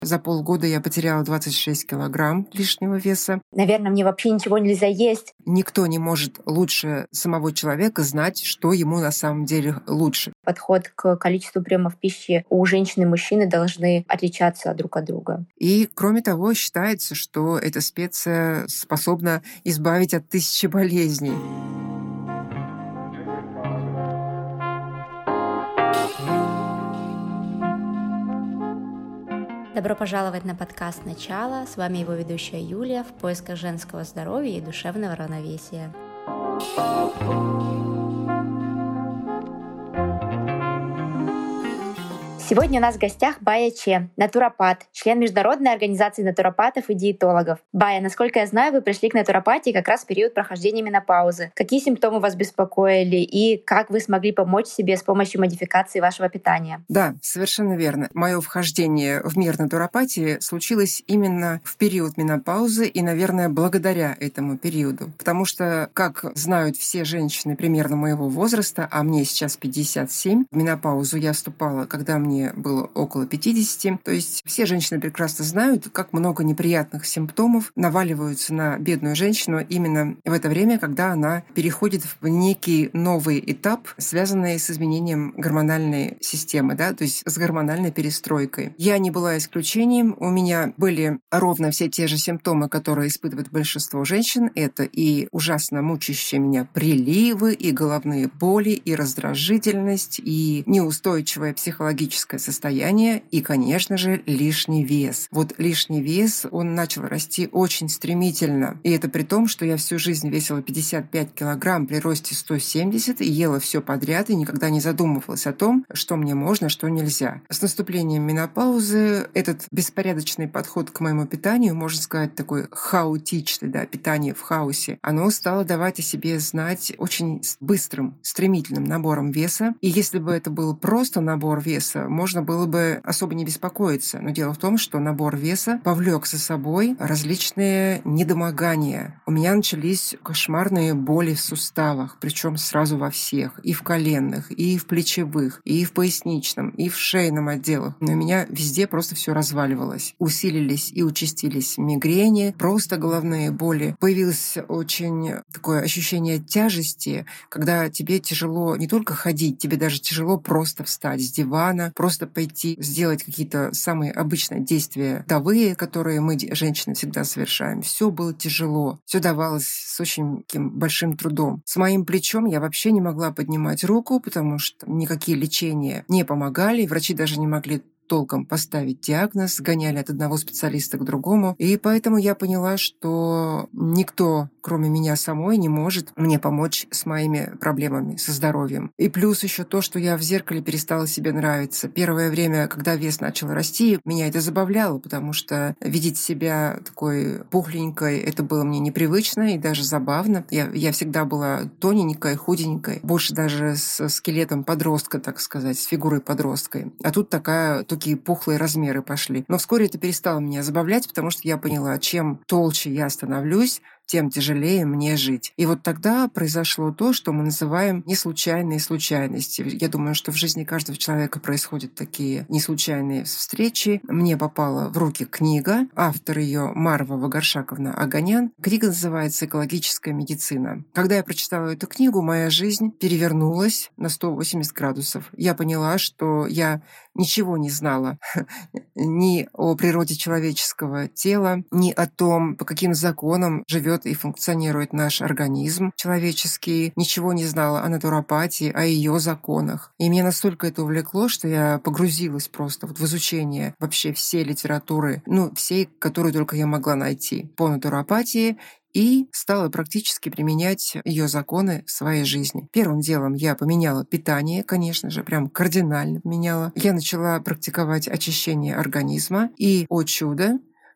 За полгода я потеряла 26 килограмм лишнего веса. Наверное, мне вообще ничего нельзя есть. Никто не может лучше самого человека знать, что ему на самом деле лучше. Подход к количеству приемов пищи у женщин и мужчины должны отличаться друг от друга. И, кроме того, считается, что эта специя способна избавить от 1000 болезней. Добро пожаловать на подкаст «Начало». С вами его ведущая Юлия в поисках женского здоровья и душевного равновесия. Сегодня у нас в гостях Бая Че, натуропат, член Международной организации натуропатов и диетологов. Бая, насколько я знаю, вы пришли к натуропатии как раз в период прохождения менопаузы. Какие симптомы вас беспокоили и как вы смогли помочь себе с помощью модификации вашего питания? Да, совершенно верно. Мое вхождение в мир натуропатии случилось именно в период менопаузы и, наверное, благодаря этому периоду. Потому что, как знают все женщины примерно моего возраста, а мне сейчас 57, в менопаузу я вступала, когда мне было около 50. То есть все женщины прекрасно знают, как много неприятных симптомов наваливаются на бедную женщину именно в это время, когда она переходит в некий новый этап, связанный с изменением гормональной системы, да, то есть с гормональной перестройкой. Я не была исключением. У меня были ровно все те же симптомы, которые испытывает большинство женщин. Это и ужасно мучающие меня приливы, и головные боли, и раздражительность, и неустойчивое психологическое состояние, и, конечно же, лишний вес. Вот лишний вес, он начал расти очень стремительно. И это при том, что я всю жизнь весила 55 килограмм при росте 170 и ела все подряд, и никогда не задумывалась о том, что мне можно, что нельзя. С наступлением менопаузы этот беспорядочный подход к моему питанию, можно сказать, такой хаотичный, да, питание в хаосе, оно стало давать о себе знать очень быстрым, стремительным набором веса. И если бы это был просто набор веса, можно было бы особо не беспокоиться. Но дело в том, что набор веса повлек за собой различные недомогания. У меня начались кошмарные боли в суставах, причем сразу во всех, и в коленных, и в плечевых, и в поясничном, и в шейном отделах. Но у меня везде просто все разваливалось. Усилились и участились мигрени, просто головные боли. Появилось очень такое ощущение тяжести, когда тебе тяжело не только ходить, тебе даже тяжело просто встать с дивана, просто пойти сделать какие-то самые обычные действия бытовые, которые мы, женщины, всегда совершаем. Все было тяжело, все давалось с очень таким большим трудом. С моим плечом я вообще не могла поднимать руку, потому что никакие лечения не помогали, врачи даже не могли толком поставить диагноз, гоняли от одного специалиста к другому. И поэтому я поняла, что никто, кроме меня самой, не может мне помочь с моими проблемами со здоровьем. И плюс еще то, что я в зеркале перестала себе нравиться. Первое время, когда вес начал расти, меня это забавляло, потому что видеть себя такой пухленькой, это было мне непривычно и даже забавно. Я всегда была тоненькой, худенькой, больше даже с скелетом подростка, так сказать, с фигурой подростка. А тут такие пухлые размеры пошли. Но вскоре это перестало меня забавлять, потому что я поняла, чем толще я становлюсь, тем тяжелее мне жить. И вот тогда произошло то, что мы называем неслучайные случайности. Я думаю, что в жизни каждого человека происходят такие неслучайные встречи. Мне попала в руки книга, автор ее Марва Вагаршаковна Оганян. Книга называется «Экологическая медицина». Когда я прочитала эту книгу, моя жизнь перевернулась на 180 градусов. Я поняла, что я ничего не знала ни о природе человеческого тела, ни о том, по каким законам живет и функционирует наш организм человеческий. Ничего не знала о натуропатии, о ее законах. И меня настолько это увлекло, что я погрузилась просто в изучение вообще всей литературы, всей, которую только я могла найти по натуропатии, и стала практически применять ее законы в своей жизни. Первым делом я поменяла питание, конечно же, прям кардинально поменяла. Я начала практиковать очищение организма, и, о чудо,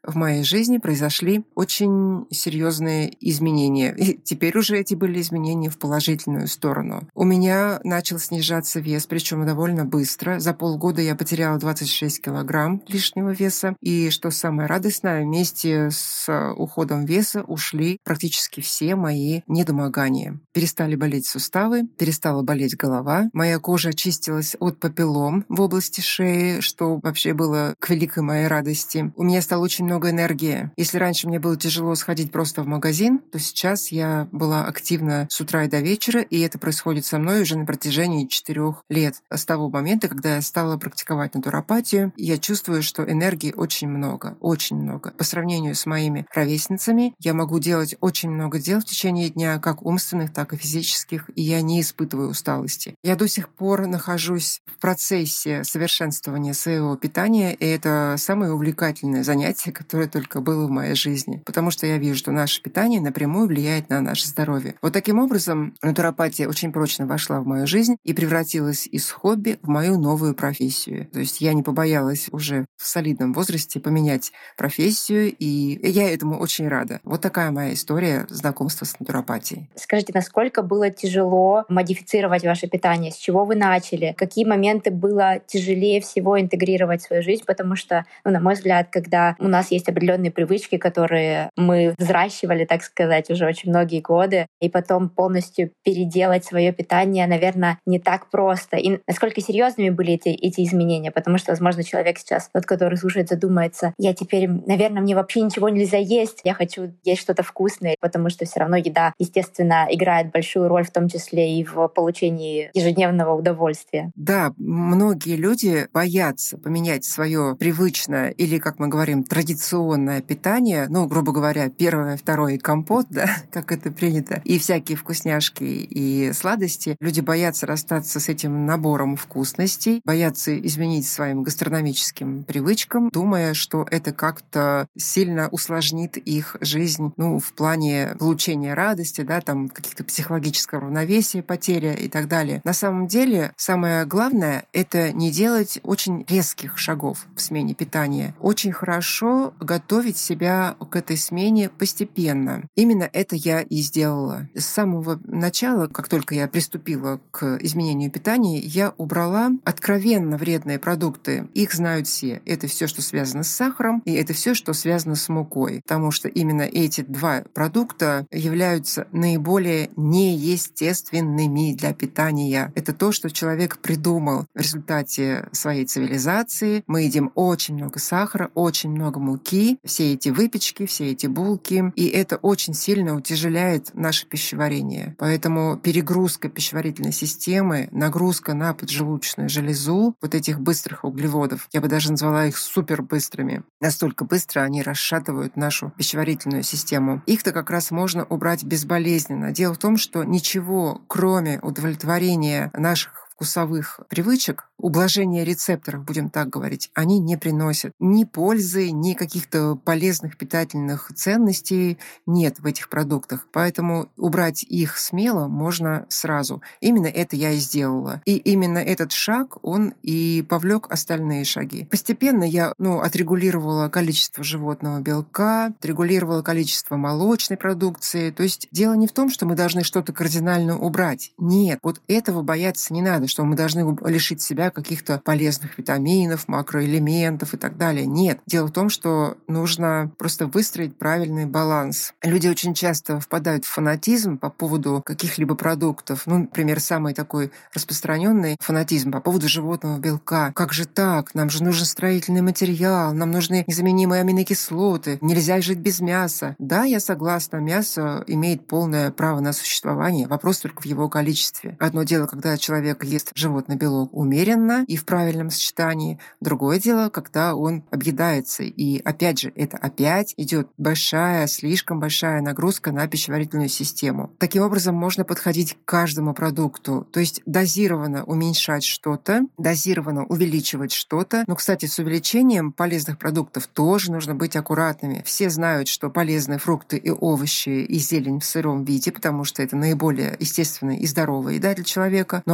в моей жизни произошли очень серьезные изменения. И теперь уже эти были изменения в положительную сторону. У меня начал снижаться вес, причем довольно быстро. За полгода я потеряла 26 килограмм лишнего веса. И что самое радостное, вместе с уходом веса ушли практически все мои недомогания. Перестали болеть суставы, перестала болеть голова. Моя кожа очистилась от папиллом в области шеи, что вообще было к великой моей радости. У меня стало очень много энергии. Если раньше мне было тяжело сходить просто в магазин, то сейчас я была активна с утра и до вечера, и это происходит со мной уже на протяжении 4 лет. С того момента, когда я стала практиковать натуропатию, я чувствую, что энергии очень много, очень много. По сравнению с моими ровесницами, я могу делать очень много дел в течение дня, как умственных, так и физических, и я не испытываю усталости. Я до сих пор нахожусь в процессе совершенствования своего питания, и это самое увлекательное занятие, которое только было в моей жизни, потому что я вижу, что наше питание напрямую влияет на наше здоровье. Вот таким образом натуропатия очень прочно вошла в мою жизнь и превратилась из хобби в мою новую профессию. То есть я не побоялась уже в солидном возрасте поменять профессию, и я этому очень рада. Вот такая моя история знакомства с натуропатией. Скажите, насколько было тяжело модифицировать ваше питание? С чего вы начали? Какие моменты было тяжелее всего интегрировать в свою жизнь? Потому что, на мой взгляд, когда у нас есть определенные привычки, которые мы взращивали, так сказать, уже очень многие годы, и потом полностью переделать свое питание, наверное, не так просто. И насколько серьезными были эти изменения? Потому что, возможно, человек сейчас, тот, который слушает, задумается: я теперь, наверное, мне вообще ничего нельзя есть, я хочу есть что-то вкусное, потому что все равно еда, естественно, играет большую роль, в том числе и в получении ежедневного удовольствия. Да, многие люди боятся поменять свое привычное или, как мы говорим, традиционное питание, грубо говоря, первое, второе компот, да, как это принято, и всякие вкусняшки и сладости. Люди боятся расстаться с этим набором вкусностей, боятся изменить своим гастрономическим привычкам, думая, что это как-то сильно усложнит их жизнь, в плане получения радости, да, там каких-то психологического равновесия, потеря и так далее. На самом деле, самое главное — это не делать очень резких шагов в смене питания. Очень хорошо готовить себя к этой смене постепенно. Именно это я и сделала. С самого начала, как только я приступила к изменению питания, я убрала откровенно вредные продукты. Их знают все. Это все, что связано с сахаром, и это все, что связано с мукой. Потому что именно эти два продукта являются наиболее неестественными для питания. Это то, что человек придумал в результате своей цивилизации. Мы едим очень много сахара, очень много муки, все эти выпечки, все эти булки, и это очень сильно утяжеляет наше пищеварение. Поэтому перегрузка пищеварительной системы, нагрузка на поджелудочную железу вот этих быстрых углеводов, я бы даже назвала их супербыстрыми, настолько быстро они расшатывают нашу пищеварительную систему. Их-то как раз можно убрать безболезненно. Дело в том, что ничего, кроме удовлетворения наших вкусовых привычек, ублажение рецепторов, будем так говорить, они не приносят ни пользы, ни каких-то полезных питательных ценностей нет в этих продуктах. Поэтому убрать их смело можно сразу. Именно это я и сделала. И именно этот шаг, он и повлек остальные шаги. Постепенно я отрегулировала количество животного белка, отрегулировала количество молочной продукции. То есть дело не в том, что мы должны что-то кардинально убрать. Нет, вот этого бояться не надо, что мы должны лишить себя каких-то полезных витаминов, макроэлементов и так далее. Нет. Дело в том, что нужно просто выстроить правильный баланс. Люди очень часто впадают в фанатизм по поводу каких-либо продуктов. Например, самый такой распространенный фанатизм по поводу животного белка. Как же так? Нам же нужен строительный материал, нам нужны незаменимые аминокислоты, нельзя жить без мяса. Да, я согласна, мясо имеет полное право на существование, вопрос только в его количестве. Одно дело, когда человек ест животный белок умеренно и в правильном сочетании. Другое дело, когда он объедается. И опять же, это опять идет слишком большая нагрузка на пищеварительную систему. Таким образом, можно подходить к каждому продукту. То есть дозированно уменьшать что-то, дозированно увеличивать что-то. Но, кстати, с увеличением полезных продуктов тоже нужно быть аккуратными. Все знают, что полезны фрукты и овощи и зелень в сыром виде, потому что это наиболее естественная и здоровая еда для человека. Но, опять же,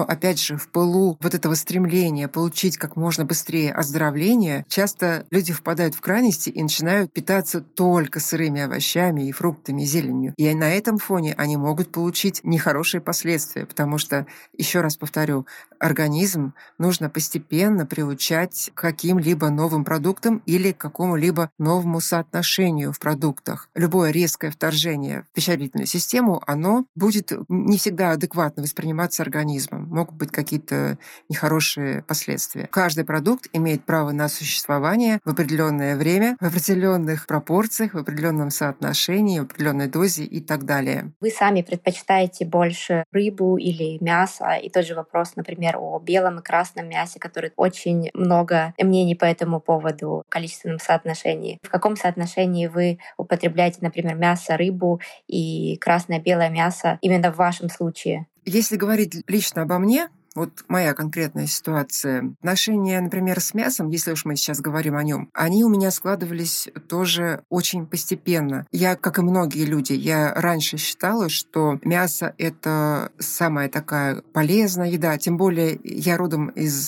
раньше, в пылу вот этого стремления получить как можно быстрее оздоровление, часто люди впадают в крайности и начинают питаться только сырыми овощами и фруктами, и зеленью. И на этом фоне они могут получить нехорошие последствия, потому что, еще раз повторю, организм нужно постепенно приучать к каким-либо новым продуктам или к какому-либо новому соотношению в продуктах. Любое резкое вторжение в пищеварительную систему, оно будет не всегда адекватно восприниматься организмом. Могут быть какие-то нехорошие последствия. Каждый продукт имеет право на существование в определенное время, в определенных пропорциях, в определенном соотношении, в определенной дозе и так далее. Вы сами предпочитаете больше рыбу или мясо? И тот же вопрос, например, о белом и красном мясе, который очень много мнений по этому поводу в количественном соотношении. В каком соотношении вы употребляете, например, мясо, рыбу и красное-белое мясо именно в вашем случае? Если говорить лично обо мне, вот моя конкретная ситуация. Отношения, например, с мясом, если уж мы сейчас говорим о нем, они у меня складывались тоже очень постепенно. Я, как и многие люди, я раньше считала, что мясо — это самая такая полезная еда. Тем более я родом из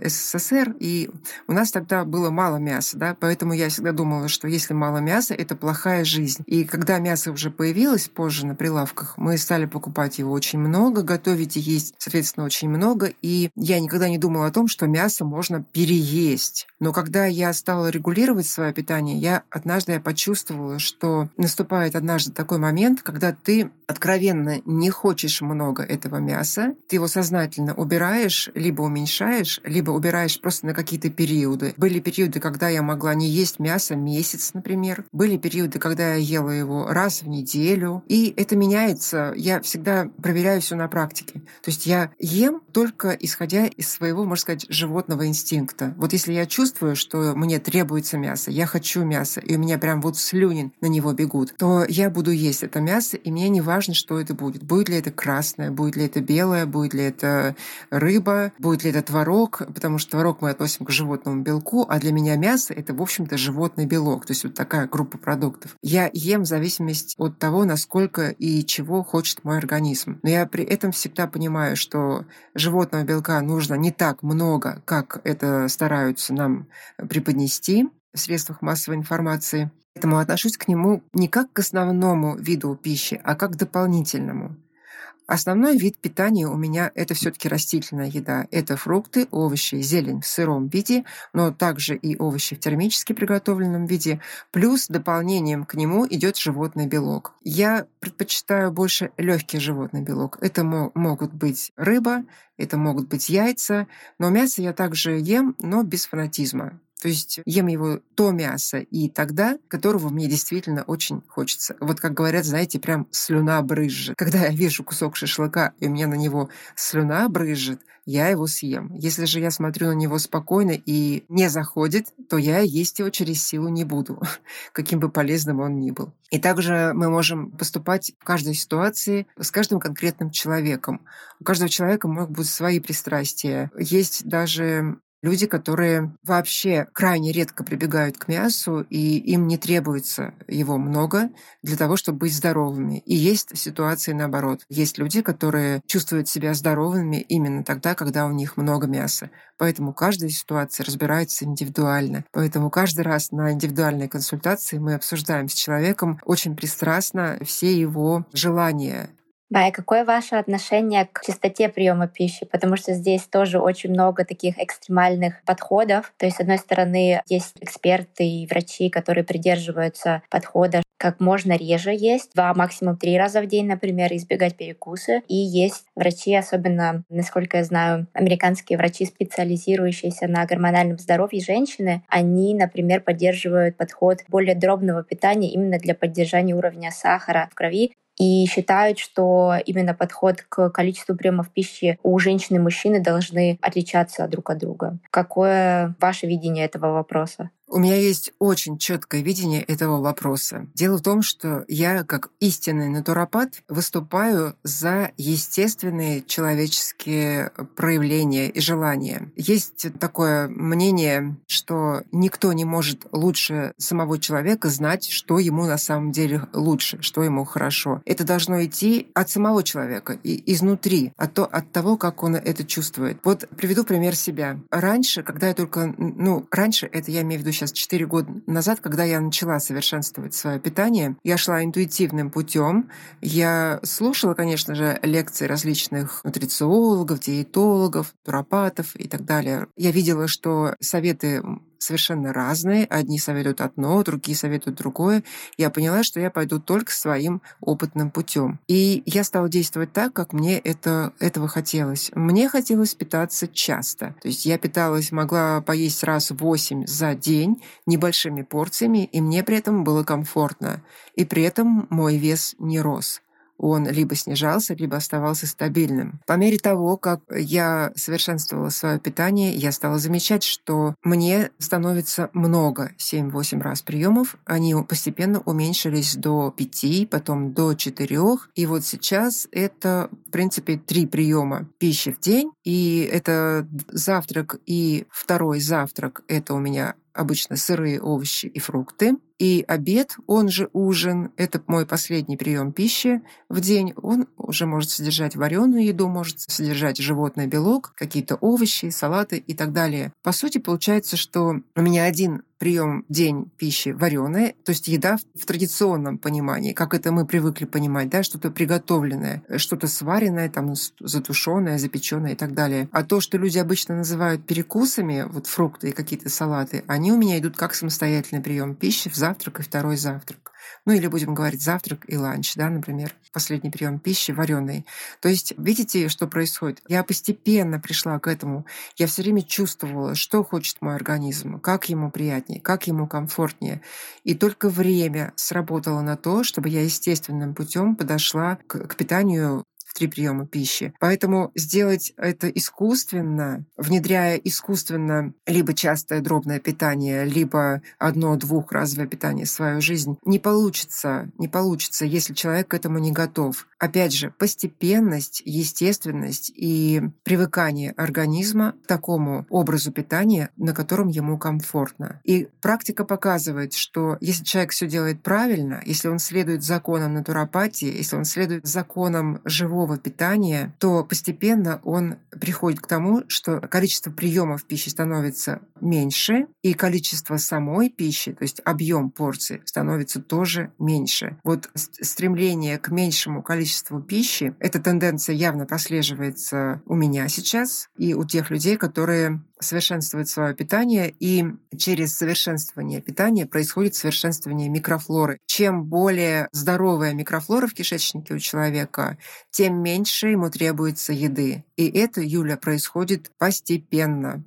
СССР, и у нас тогда было мало мяса, да, поэтому я всегда думала, что если мало мяса, это плохая жизнь. И когда мясо уже появилось позже на прилавках, мы стали покупать его очень много, готовить и есть, соответственно, очень много. И я никогда не думала о том, что мясо можно переесть. Но когда я стала регулировать свое питание, я однажды почувствовала, что наступает однажды такой момент, когда ты откровенно не хочешь много этого мяса, ты его сознательно убираешь, либо уменьшаешь, либо убираешь просто на какие-то периоды. Были периоды, когда я могла не есть мясо месяц, например. Были периоды, когда я ела его раз в неделю. И это меняется. Я всегда проверяю все на практике. То есть я ем только исходя из своего, можно сказать, животного инстинкта. Вот если я чувствую, что мне требуется мясо, я хочу мяса, и у меня прям вот слюни на него бегут, то я буду есть это мясо, и мне не важно, что это будет. Будет ли это красное, будет ли это белое, будет ли это рыба, будет ли это творог, потому что творог мы относим к животному белку, а для меня мясо — это, в общем-то, животный белок. То есть вот такая группа продуктов. Я ем в зависимости от того, насколько и чего хочет мой организм. Но я при этом всегда понимаю, что животного белка нужно не так много, как это стараются нам преподнести в средствах массовой информации. Поэтому отношусь к нему не как к основному виду пищи, а как к дополнительному. Основной вид питания у меня — это все-таки растительная еда. Это фрукты, овощи, зелень в сыром виде, но также и овощи в термически приготовленном виде. Плюс дополнением к нему идет животный белок. Я предпочитаю больше легкий животный белок. Это могут быть рыба, это могут быть яйца, но мясо я также ем, но без фанатизма. То есть ем его то мясо и тогда, которого мне действительно очень хочется. Вот как говорят, знаете, прям слюна брызжет. Когда я вижу кусок шашлыка, и у меня на него слюна брызжет, я его съем. Если же я смотрю на него спокойно и не заходит, то я есть его через силу не буду, каким бы полезным он ни был. И также мы можем поступать в каждой ситуации с каждым конкретным человеком. У каждого человека могут быть свои пристрастия. Есть даже люди, которые вообще крайне редко прибегают к мясу, и им не требуется его много для того, чтобы быть здоровыми. И есть ситуации наоборот. Есть люди, которые чувствуют себя здоровыми именно тогда, когда у них много мяса. Поэтому каждая ситуация разбирается индивидуально. Поэтому каждый раз на индивидуальной консультации мы обсуждаем с человеком очень пристрастно все его желания. Бая, какое ваше отношение к чистоте приема пищи? Потому что здесь тоже очень много таких экстремальных подходов. То есть, с одной стороны, есть эксперты и врачи, которые придерживаются подхода как можно реже есть, 2, максимум 3 раза в день, например, избегать перекусы. И есть врачи, особенно, насколько я знаю, американские врачи, специализирующиеся на гормональном здоровье женщины, они, например, поддерживают подход более дробного питания именно для поддержания уровня сахара в крови. И считают, что именно подход к количеству приемов пищи у женщин и мужчины должны отличаться друг от друга. Какое ваше видение этого вопроса? У меня есть очень четкое видение этого вопроса. Дело в том, что я, как истинный натуропат, выступаю за естественные человеческие проявления и желания. Есть такое мнение, что никто не может лучше самого человека знать, что ему на самом деле лучше, что ему хорошо. Это должно идти от самого человека, и изнутри, от того, как он это чувствует. Вот приведу пример себя. Раньше, когда я только... раньше, это я имею в виду сейчас 4 года назад, когда я начала совершенствовать свое питание, я шла интуитивным путем. Я слушала, конечно же, лекции различных нутрициологов, диетологов, натуропатов и так далее. Я видела, что советы совершенно разные. Одни советуют одно, другие советуют другое. Я поняла, что я пойду только своим опытным путем. И я стала действовать так, как мне этого хотелось. Мне хотелось питаться часто. То есть я могла поесть раз 8 за день небольшими порциями, и мне при этом было комфортно. И при этом мой вес не рос. Он либо снижался, либо оставался стабильным. По мере того, как я совершенствовала свое питание, я стала замечать, что мне становится много, 7-8 раз приемов. Они постепенно уменьшились до 5, потом до 4. И вот сейчас это, в принципе, 3 приема пищи в день. И это завтрак и второй завтрак. Это у меня обычно сырые овощи и фрукты. И обед, он же ужин, это мой последний прием пищи в день. Он уже может содержать вареную еду, может содержать животный белок, какие-то овощи, салаты и так далее. По сути, получается, что у меня один прием в день пищи вареная, то есть еда в традиционном понимании, как это мы привыкли понимать, да, что-то приготовленное, что-то сваренное, там, затушенное, запеченное и так далее. А то, что люди обычно называют перекусами, вот фрукты и какие-то салаты, они у меня идут как самостоятельный прием пищи в завтрак и второй завтрак. Или будем говорить завтрак и ланч, да, например, последний прием пищи вареный. То есть видите, что происходит? Я постепенно пришла к этому. Я все время чувствовала, что хочет мой организм, как ему приятнее, как ему комфортнее. И только время сработало на то, чтобы я естественным путем подошла к питанию в 3 приема пищи. Поэтому сделать это искусственно, внедряя искусственно либо частое дробное питание, либо 1-2-разовое питание в свою жизнь, не получится, если человек к этому не готов. Опять же, постепенность, естественность и привыкание организма к такому образу питания, на котором ему комфортно. И практика показывает, что если человек все делает правильно, если он следует законам натуропатии, если он следует законам живого питания, то постепенно он приходит к тому, что количество приемов пищи становится меньше, и количество самой пищи, то есть объем порции, становится тоже меньше. Вот стремление к меньшему количеству пищи, эта тенденция явно прослеживается у меня сейчас и у тех людей, которые совершенствуют свое питание, и через совершенствование питания происходит совершенствование микрофлоры. Чем более здоровая микрофлора в кишечнике у человека, тем меньше ему требуется еды. И это, Юля, происходит постепенно,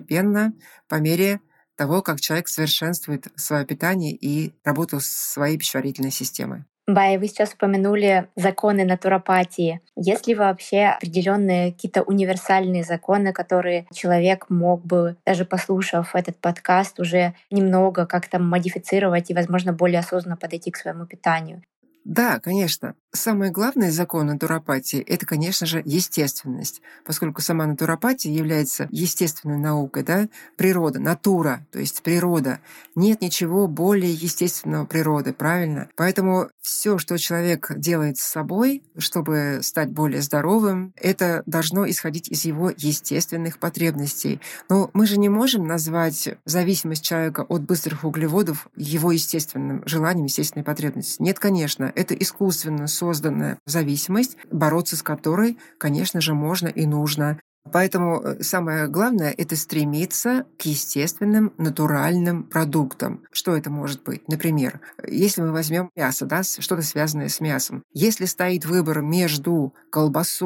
по мере того, как человек совершенствует свое питание и работу с своей пищеварительной системой. Бая, вы сейчас упомянули законы натуропатии. Есть ли вообще определенные какие-то универсальные законы, которые человек мог бы, даже послушав этот подкаст, уже немного как-то модифицировать и, возможно, более осознанно подойти к своему питанию? Да, конечно. Самый главный закон натуропатии — это, конечно же, естественность, поскольку сама натуропатия является естественной наукой, да? Природа, натура, то есть природа. Нет ничего более естественного природы, правильно? Поэтому все, что человек делает с собой, чтобы стать более здоровым, это должно исходить из его естественных потребностей. Но мы же не можем назвать зависимость человека от быстрых углеводов его естественным желанием, естественной потребностью. Нет, конечно, это искусственно созданная зависимость, бороться с которой, конечно же, можно и нужно. Поэтому самое главное — это стремиться к естественным, натуральным продуктам. Что это может быть? Например, если мы возьмем мясо, да, что-то связанное с мясом. Если стоит выбор между колбасой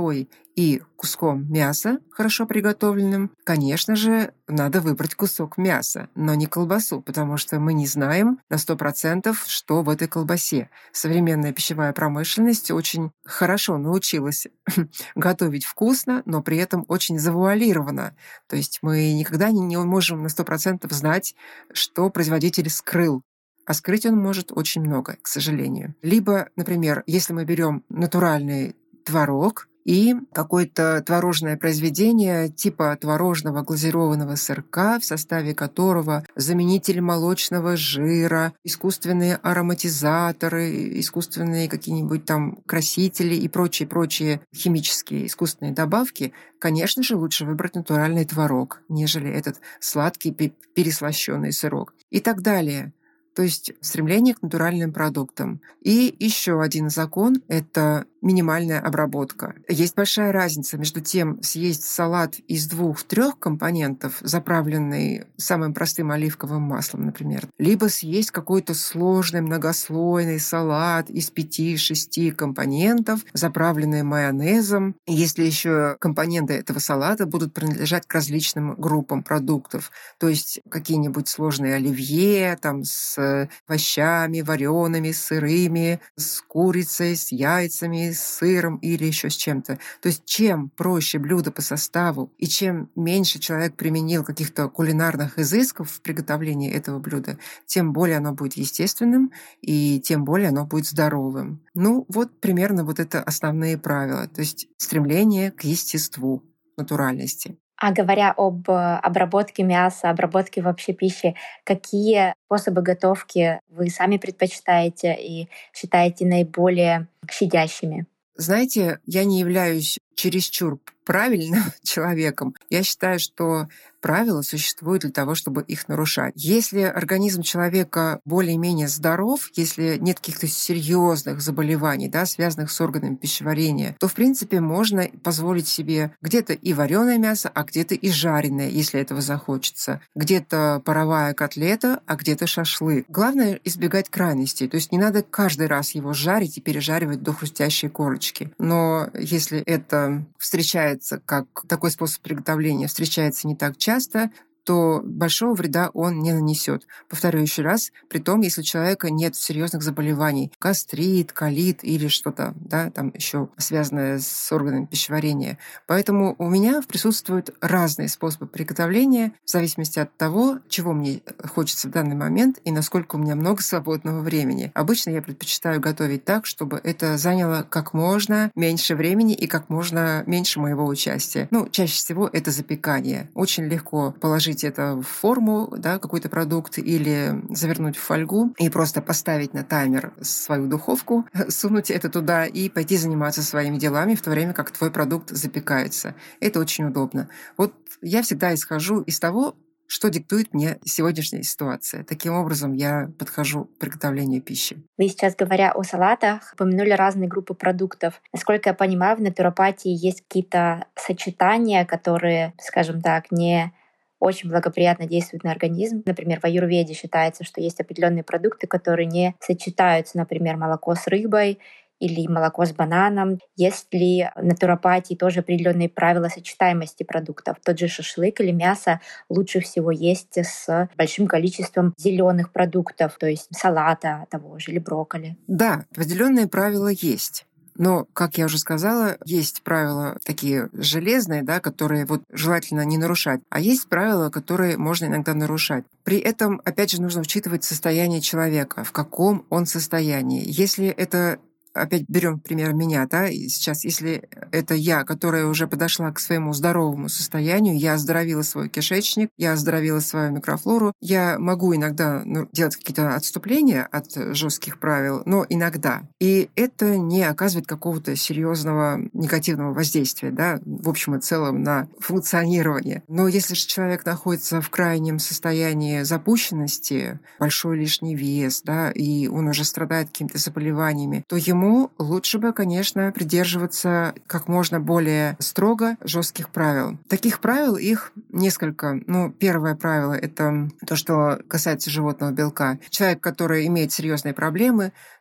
и куском мяса, хорошо приготовленным, конечно же, надо выбрать кусок мяса, но не колбасу, потому что мы не знаем на 100%, что в этой колбасе. Современная пищевая промышленность очень хорошо научилась готовить вкусно, но при этом очень завуалированно. То есть мы никогда не можем на 100% знать, что производитель скрыл. А скрыть он может очень много, к сожалению. Либо, например, если мы берем натуральный творог и какое-то творожное произведение типа творожного глазированного сырка, в составе которого заменитель молочного жира, искусственные ароматизаторы, искусственные какие-нибудь там красители и прочие химические искусственные добавки, конечно же, лучше выбрать натуральный творог, нежели этот сладкий переслащенный сырок и так далее. То есть стремление к натуральным продуктам. И еще один закон – это минимальная обработка. Есть большая разница между тем, съесть салат из 2-3 компонентов, заправленный самым простым оливковым маслом, например, либо съесть какой-то сложный многослойный салат из 5-6 компонентов, заправленный майонезом. Если еще компоненты этого салата будут принадлежать к различным группам продуктов, то есть какие-нибудь сложные оливье там, с овощами вареными, сырыми, с курицей, с яйцами, с сыром или еще с чем-то. То есть чем проще блюдо по составу и чем меньше человек применил каких-то кулинарных изысков в приготовлении этого блюда, тем более оно будет естественным и тем более оно будет здоровым. Ну вот примерно вот это основные правила. То есть стремление к естеству, натуральности. А говоря об обработке мяса, обработке вообще пищи, какие способы готовки вы сами предпочитаете и считаете наиболее щадящими? Знаете, я не являюсь чересчур правильным человеком. Я считаю, что правила существуют для того, чтобы их нарушать. Если организм человека более-менее здоров, если нет каких-то серьезных заболеваний, да, связанных с органами пищеварения, то, в принципе, можно позволить себе где-то и вареное мясо, а где-то и жареное, если этого захочется. Где-то паровая котлета, а где-то шашлык. Главное — избегать крайностей. То есть не надо каждый раз его жарить и пережаривать до хрустящей корочки. Но если это встречается как такой способ приготовления, встречается не так часто, то большого вреда он не нанесет. Повторю еще раз, при том, если у человека нет серьезных заболеваний, гастрит, колит или что-то, да, там еще связанное с органами пищеварения. Поэтому у меня присутствуют разные способы приготовления в зависимости от того, чего мне хочется в данный момент и насколько у меня много свободного времени. Обычно я предпочитаю готовить так, чтобы это заняло как можно меньше времени и как можно меньше моего участия. Ну, чаще всего это запекание. Очень легко положить это в форму, да, какой-то продукт, или завернуть в фольгу и просто поставить на таймер свою духовку, сунуть это туда и пойти заниматься своими делами в то время, как твой продукт запекается. Это очень удобно. Вот я всегда исхожу из того, что диктует мне сегодняшняя ситуация. Таким образом, я подхожу к приготовлению пищи. Вы сейчас, говоря о салатах, упомянули разные группы продуктов. Насколько я понимаю, в натуропатии есть какие-то сочетания, которые, скажем так, не очень благоприятно действуют на организм. Например, в аюрведе считается, что есть определенные продукты, которые не сочетаются, например, молоко с рыбой или молоко с бананом. Есть ли в натуропатии тоже определенные правила сочетаемости продуктов? Тот же шашлык или мясо лучше всего есть с большим количеством зеленых продуктов, то есть салата того же или брокколи. Да, определенные правила есть. Но, как я уже сказала, есть правила такие железные, да, которые вот желательно не нарушать, а есть правила, которые можно иногда нарушать. При этом, опять же, нужно учитывать состояние человека, в каком он состоянии. Если это опять берем пример меня, да, и сейчас, если это я, которая уже подошла к своему здоровому состоянию, я оздоровила свой кишечник, я оздоровила свою микрофлору, я могу иногда делать какие-то отступления от жестких правил, но иногда. И это не оказывает какого-то серьезного негативного воздействия, да, в общем и целом на функционирование. Но если же человек находится в крайнем состоянии запущенности, большой лишний вес, да, и он уже страдает какими-то заболеваниями, то ему лучше бы, конечно, придерживаться как можно более строго жестких правил. Таких правил их несколько. Ну, первое правило — это то, что касается животного белка. Человек, который имеет серьезные проблемы,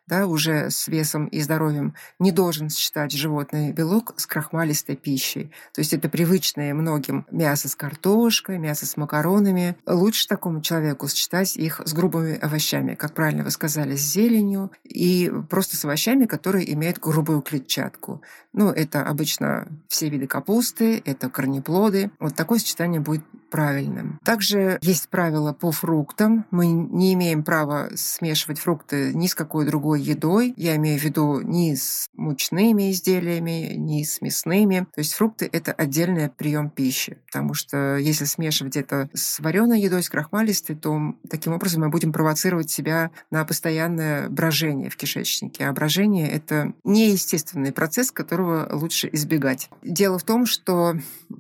да, уже с весом и здоровьем, не должен сочетать животный белок с крахмалистой пищей. То есть это привычное многим мясо с картошкой, мясо с макаронами. Лучше такому человеку сочетать их с грубыми овощами, как правильно вы сказали, с зеленью и просто с овощами, которые имеют грубую клетчатку. Ну, это обычно все виды капусты, это корнеплоды. Вот такое сочетание будет правильным. Также есть правила по фруктам. Мы не имеем права смешивать фрукты ни с какой другой едой. Я имею в виду ни с мучными изделиями, ни с мясными. То есть фрукты — это отдельный прием пищи. Потому что если смешивать это с вареной едой, с крахмалистой, то таким образом мы будем провоцировать себя на постоянное брожение в кишечнике. А брожение — это неестественный процесс, которого лучше избегать. Дело в том, что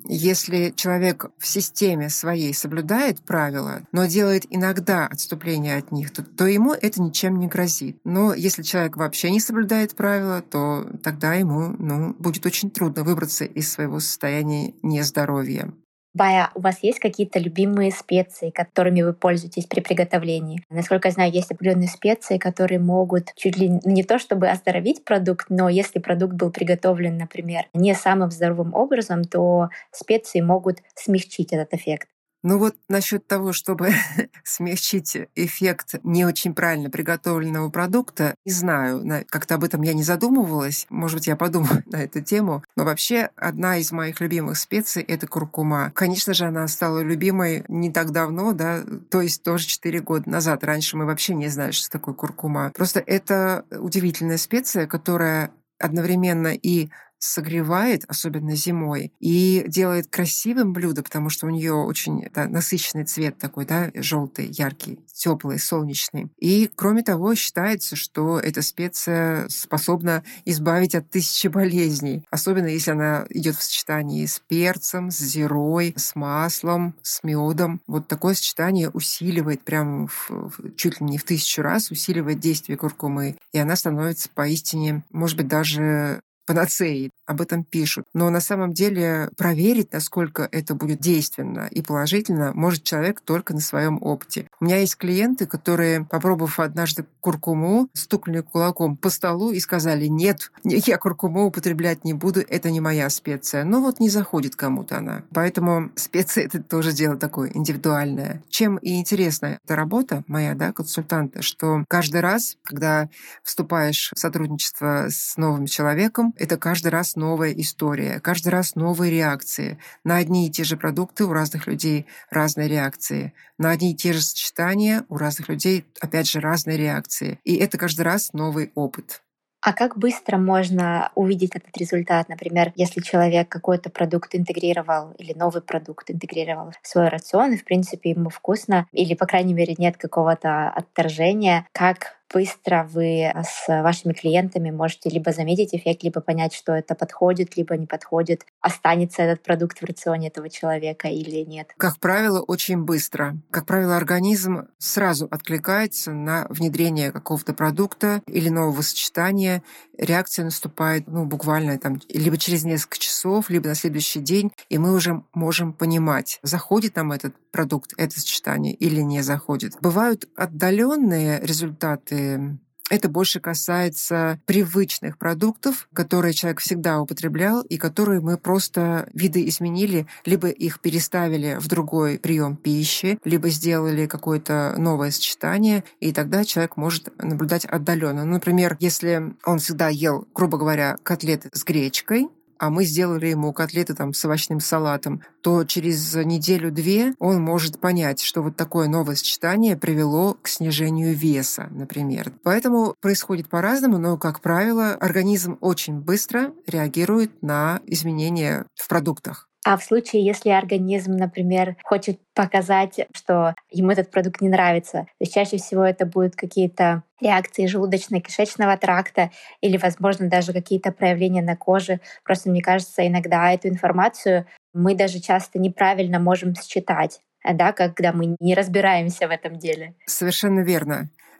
если человек в системе своей соблюдает правила, но делает иногда отступление от них, то ему это ничем не грозит. Но если человек вообще не соблюдает правила, то тогда ему будет очень трудно выбраться из своего состояния нездоровья. Бая, у вас есть какие-то любимые специи, которыми вы пользуетесь при приготовлении? Насколько я знаю, есть определенные специи, которые могут чуть ли не то чтобы оздоровить продукт, но если продукт был приготовлен, например, не самым здоровым образом, то специи могут смягчить этот эффект. Ну вот насчет того, чтобы смягчить эффект не очень правильно приготовленного продукта, не знаю, как-то об этом я не задумывалась. Может быть, я подумаю на эту тему. Но вообще одна из моих любимых специй — это куркума. Конечно же, она стала любимой не так давно, да, то есть тоже 4 года назад. Раньше мы вообще не знали, что такое куркума. Просто это удивительная специя, которая одновременно и согревает, особенно зимой, и делает красивым блюдо, потому что у нее очень насыщенный цвет такой, да, желтый, яркий, теплый, солнечный. И, кроме того, считается, что эта специя способна избавить от 1000 болезней, особенно если она идет в сочетании с перцем, с зирой, с маслом, с медом. Вот такое сочетание усиливает прямо чуть ли не в 1000 раз усиливает действие куркумы, и она становится поистине, может быть, даже панацеей. Об этом пишут. Но на самом деле проверить, насколько это будет действенно и положительно, может человек только на своем опыте. У меня есть клиенты, которые, попробовав однажды куркуму, стукнули кулаком по столу и сказали: нет, я куркуму употреблять не буду, это не моя специя. Но вот не заходит кому-то она. Поэтому специя — это тоже дело такое индивидуальное. Чем и интересна эта работа моя, да, консультанта, что каждый раз, когда вступаешь в сотрудничество с новым человеком, это каждый раз новая история, каждый раз новые реакции. На одни и те же продукты у разных людей разные реакции. На одни и те же сочетания у разных людей, опять же, разные реакции. И это каждый раз новый опыт. А как быстро можно увидеть этот результат? Например, если человек какой-то продукт интегрировал или новый продукт интегрировал в свой рацион, и, в принципе, ему вкусно, или, по крайней мере, нет какого-то отторжения, как быстро вы с вашими клиентами можете либо заметить эффект, либо понять, что это подходит, либо не подходит, останется этот продукт в рационе этого человека или нет? Как правило, очень быстро. Как правило, организм сразу откликается на внедрение какого-то продукта или нового сочетания. Реакция наступает буквально либо через несколько часов, либо на следующий день, и мы уже можем понимать, заходит нам этот продукт, это сочетание или не заходит. Бывают отдаленные результаты. Это больше касается привычных продуктов, которые человек всегда употреблял и которые мы просто видоизменили, либо их переставили в другой прием пищи, либо сделали какое-то новое сочетание, и тогда человек может наблюдать отдаленно. Например, если он всегда ел, грубо говоря, котлеты с гречкой, а мы сделали ему котлеты с овощным салатом, то через неделю-две он может понять, что вот такое новое сочетание привело к снижению веса, например. Поэтому происходит по-разному, но, как правило, организм очень быстро реагирует на изменения в продуктах. А в случае, если организм, например, хочет показать, что ему этот продукт не нравится, то есть чаще всего это будут какие-то реакции желудочно-кишечного тракта или, возможно, даже какие-то проявления на коже. Просто, мне кажется, иногда эту информацию мы даже часто неправильно можем считать, да, когда мы не разбираемся в этом деле. Совершенно верно.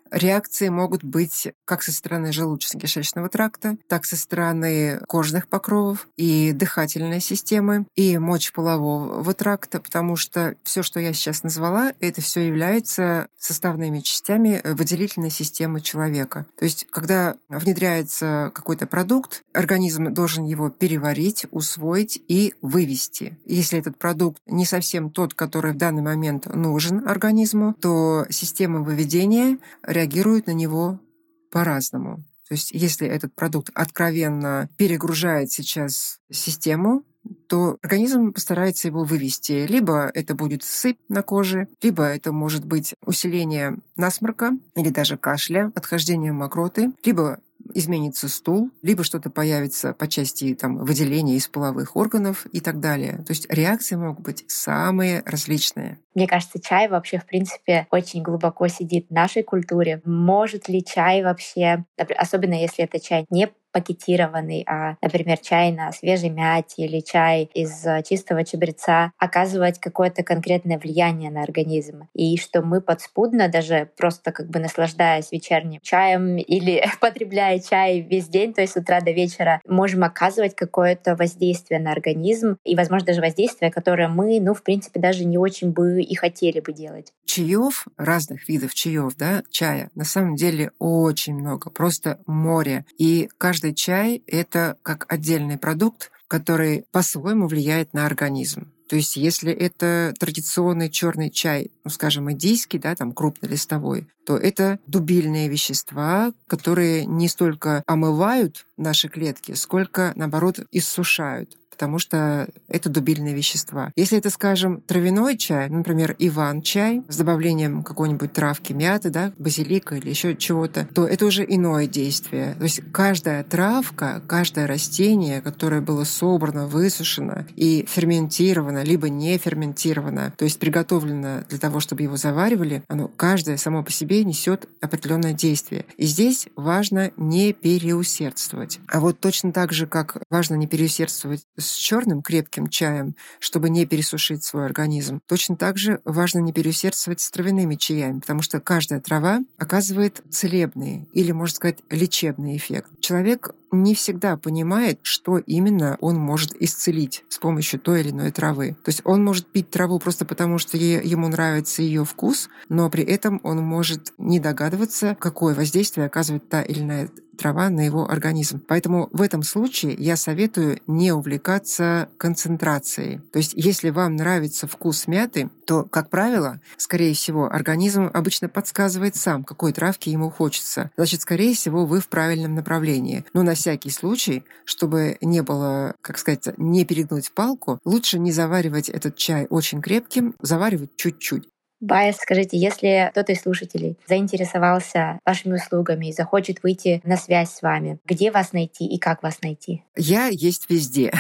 Реакции могут быть как со стороны желудочно-кишечного тракта, так со стороны кожных покровов и дыхательной системы, и мочеполового тракта, потому что все, что я сейчас назвала, это все является составными частями выделительной системы человека. То есть, когда внедряется какой-то продукт, организм должен его переварить, усвоить и вывести. Если этот продукт не совсем тот, который в данный момент нужен организму, то система выведения реагирует на него по-разному. То есть если этот продукт откровенно перегружает сейчас систему, то организм постарается его вывести. Либо это будет сыпь на коже, либо это может быть усиление насморка или даже кашля, отхождение мокроты, либо изменится стул, либо что-то появится по части выделения из половых органов и так далее. То есть реакции могут быть самые различные. Мне кажется, чай вообще, в принципе, очень глубоко сидит в нашей культуре. Может ли чай вообще, особенно если это чай не пакетированный, а, например, чай на свежей мяте или чай из чистого чабреца, оказывать какое-то конкретное влияние на организм. И что мы подспудно, даже просто наслаждаясь вечерним чаем или потребляя чай весь день, то есть с утра до вечера, можем оказывать какое-то воздействие на организм и, возможно, даже воздействие, которое мы, в принципе, даже не очень бы и хотели бы делать. Чаев, разных видов чаев, чая, на самом деле очень много, просто море. И каждый чай — это как отдельный продукт, который по-своему влияет на организм. То есть если это традиционный черный чай, скажем, индийский, крупнолистовой, то это дубильные вещества, которые не столько омывают наши клетки, сколько, наоборот, иссушают, потому что это дубильные вещества. Если это, скажем, травяной чай, например, иван-чай с добавлением какой-нибудь травки, мяты, базилика или еще чего-то, то это уже иное действие. То есть каждая травка, каждое растение, которое было собрано, высушено и ферментировано, либо не ферментировано, то есть приготовлено для того, чтобы его заваривали, оно каждое само по себе несет определенное действие. И здесь важно не переусердствовать. А вот точно так же, как важно не переусердствовать с черным крепким чаем, чтобы не пересушить свой организм, точно так же важно не переусердствовать с травяными чаями, потому что каждая трава оказывает целебный или, можно сказать, лечебный эффект. Человек не всегда понимает, что именно он может исцелить с помощью той или иной травы. То есть он может пить траву просто потому, что ему нравится ее вкус, но при этом он может не догадываться, какое воздействие оказывает та или иная трава на его организм. Поэтому в этом случае я советую не увлекаться концентрацией. То есть если вам нравится вкус мяты, то, как правило, скорее всего, организм обычно подсказывает сам, какой травки ему хочется. Значит, скорее всего, вы в правильном направлении. Но на всякий случай, чтобы не было, не перегнуть палку, лучше не заваривать этот чай очень крепким, заваривать чуть-чуть. Бая, скажите, если кто-то из слушателей заинтересовался вашими услугами и захочет выйти на связь с вами, где вас найти и как вас найти? Я есть везде.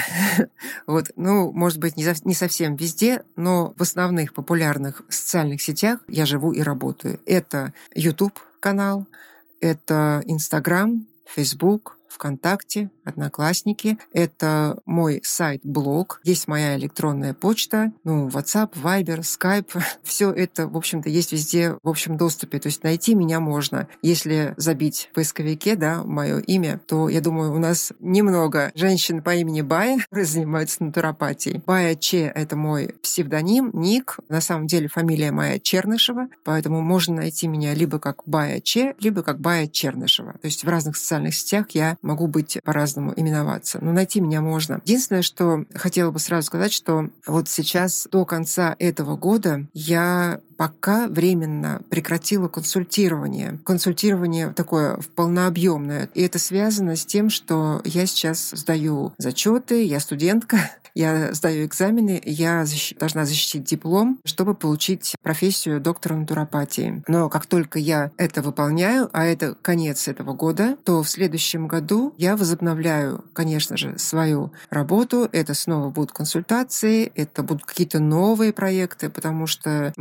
Может быть, не совсем везде, но в основных популярных социальных сетях я живу и работаю. Это YouTube-канал, это Instagram, Facebook, ВКонтакте, Одноклассники. Это мой сайт-блог. Есть моя электронная почта, WhatsApp, Viber, Skype. Все это, в общем-то, есть везде в общем доступе. То есть найти меня можно. Если забить в поисковике, мое имя, то, я думаю, у нас немного женщин по имени Бая, которые занимаются натуропатией. Бая Че — это мой псевдоним, ник. На самом деле фамилия моя Чернышева, поэтому можно найти меня либо как Бая Че, либо как Бая Чернышева. То есть в разных социальных сетях я могу быть по-разному именоваться, но найти меня можно. Единственное, что хотела бы сразу сказать, что вот сейчас до конца этого года я пока временно прекратила консультирование. Консультирование такое полнообъемное. И это связано с тем, что я сейчас сдаю зачеты, я студентка, я сдаю экзамены, я должна защитить диплом, чтобы получить профессию доктора натуропатии. Но как только я это выполняю, а это конец этого года, то в следующем году я возобновляю, конечно же, свою работу. Это снова будут консультации, это будут какие-то новые проекты, потому что мы не должны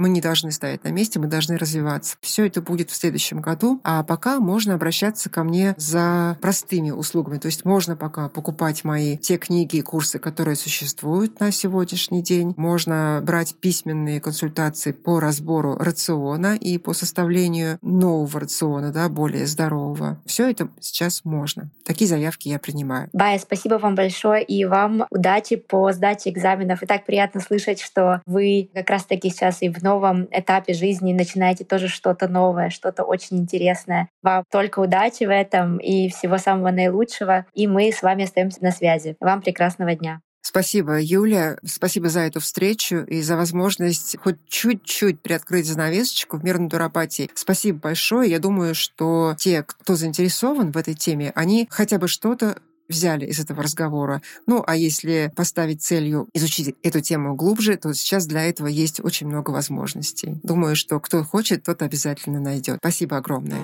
должны стоять на месте, мы должны развиваться. Все это будет в следующем году, а пока можно обращаться ко мне за простыми услугами. То есть можно пока покупать мои те книги и курсы, которые существуют на сегодняшний день. Можно брать письменные консультации по разбору рациона и по составлению нового рациона, да, более здорового. Все это сейчас можно. Такие заявки я принимаю. Бая, спасибо вам большое и вам удачи по сдаче экзаменов. И так приятно слышать, что вы как раз-таки сейчас и в новом этапе жизни начинаете тоже что-то новое, что-то очень интересное. Вам только удачи в этом и всего самого наилучшего. И мы с вами остаемся на связи. Вам прекрасного дня. Спасибо, Юля. Спасибо за эту встречу и за возможность хоть чуть-чуть приоткрыть занавесочку в мир натуропатии. Спасибо большое. Я думаю, что те, кто заинтересован в этой теме, они хотя бы что-то взяли из этого разговора. Ну, а если поставить целью изучить эту тему глубже, то сейчас для этого есть очень много возможностей. Думаю, что кто хочет, тот обязательно найдет. Спасибо огромное.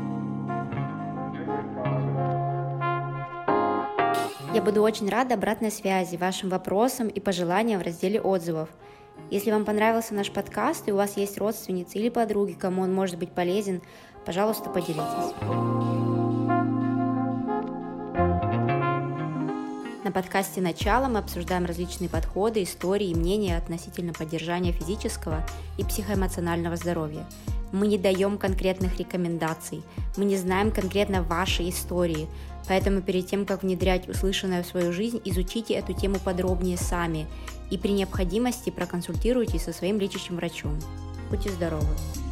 Я буду очень рада обратной связи, вашим вопросам и пожеланиям в разделе отзывов. Если вам понравился наш подкаст и у вас есть родственницы или подруги, кому он может быть полезен, пожалуйста, поделитесь. На подкасте «Начало» мы обсуждаем различные подходы, истории и мнения относительно поддержания физического и психоэмоционального здоровья. Мы не даем конкретных рекомендаций, мы не знаем конкретно вашей истории, поэтому перед тем, как внедрять услышанное в свою жизнь, изучите эту тему подробнее сами и при необходимости проконсультируйтесь со своим лечащим врачом. Будьте здоровы!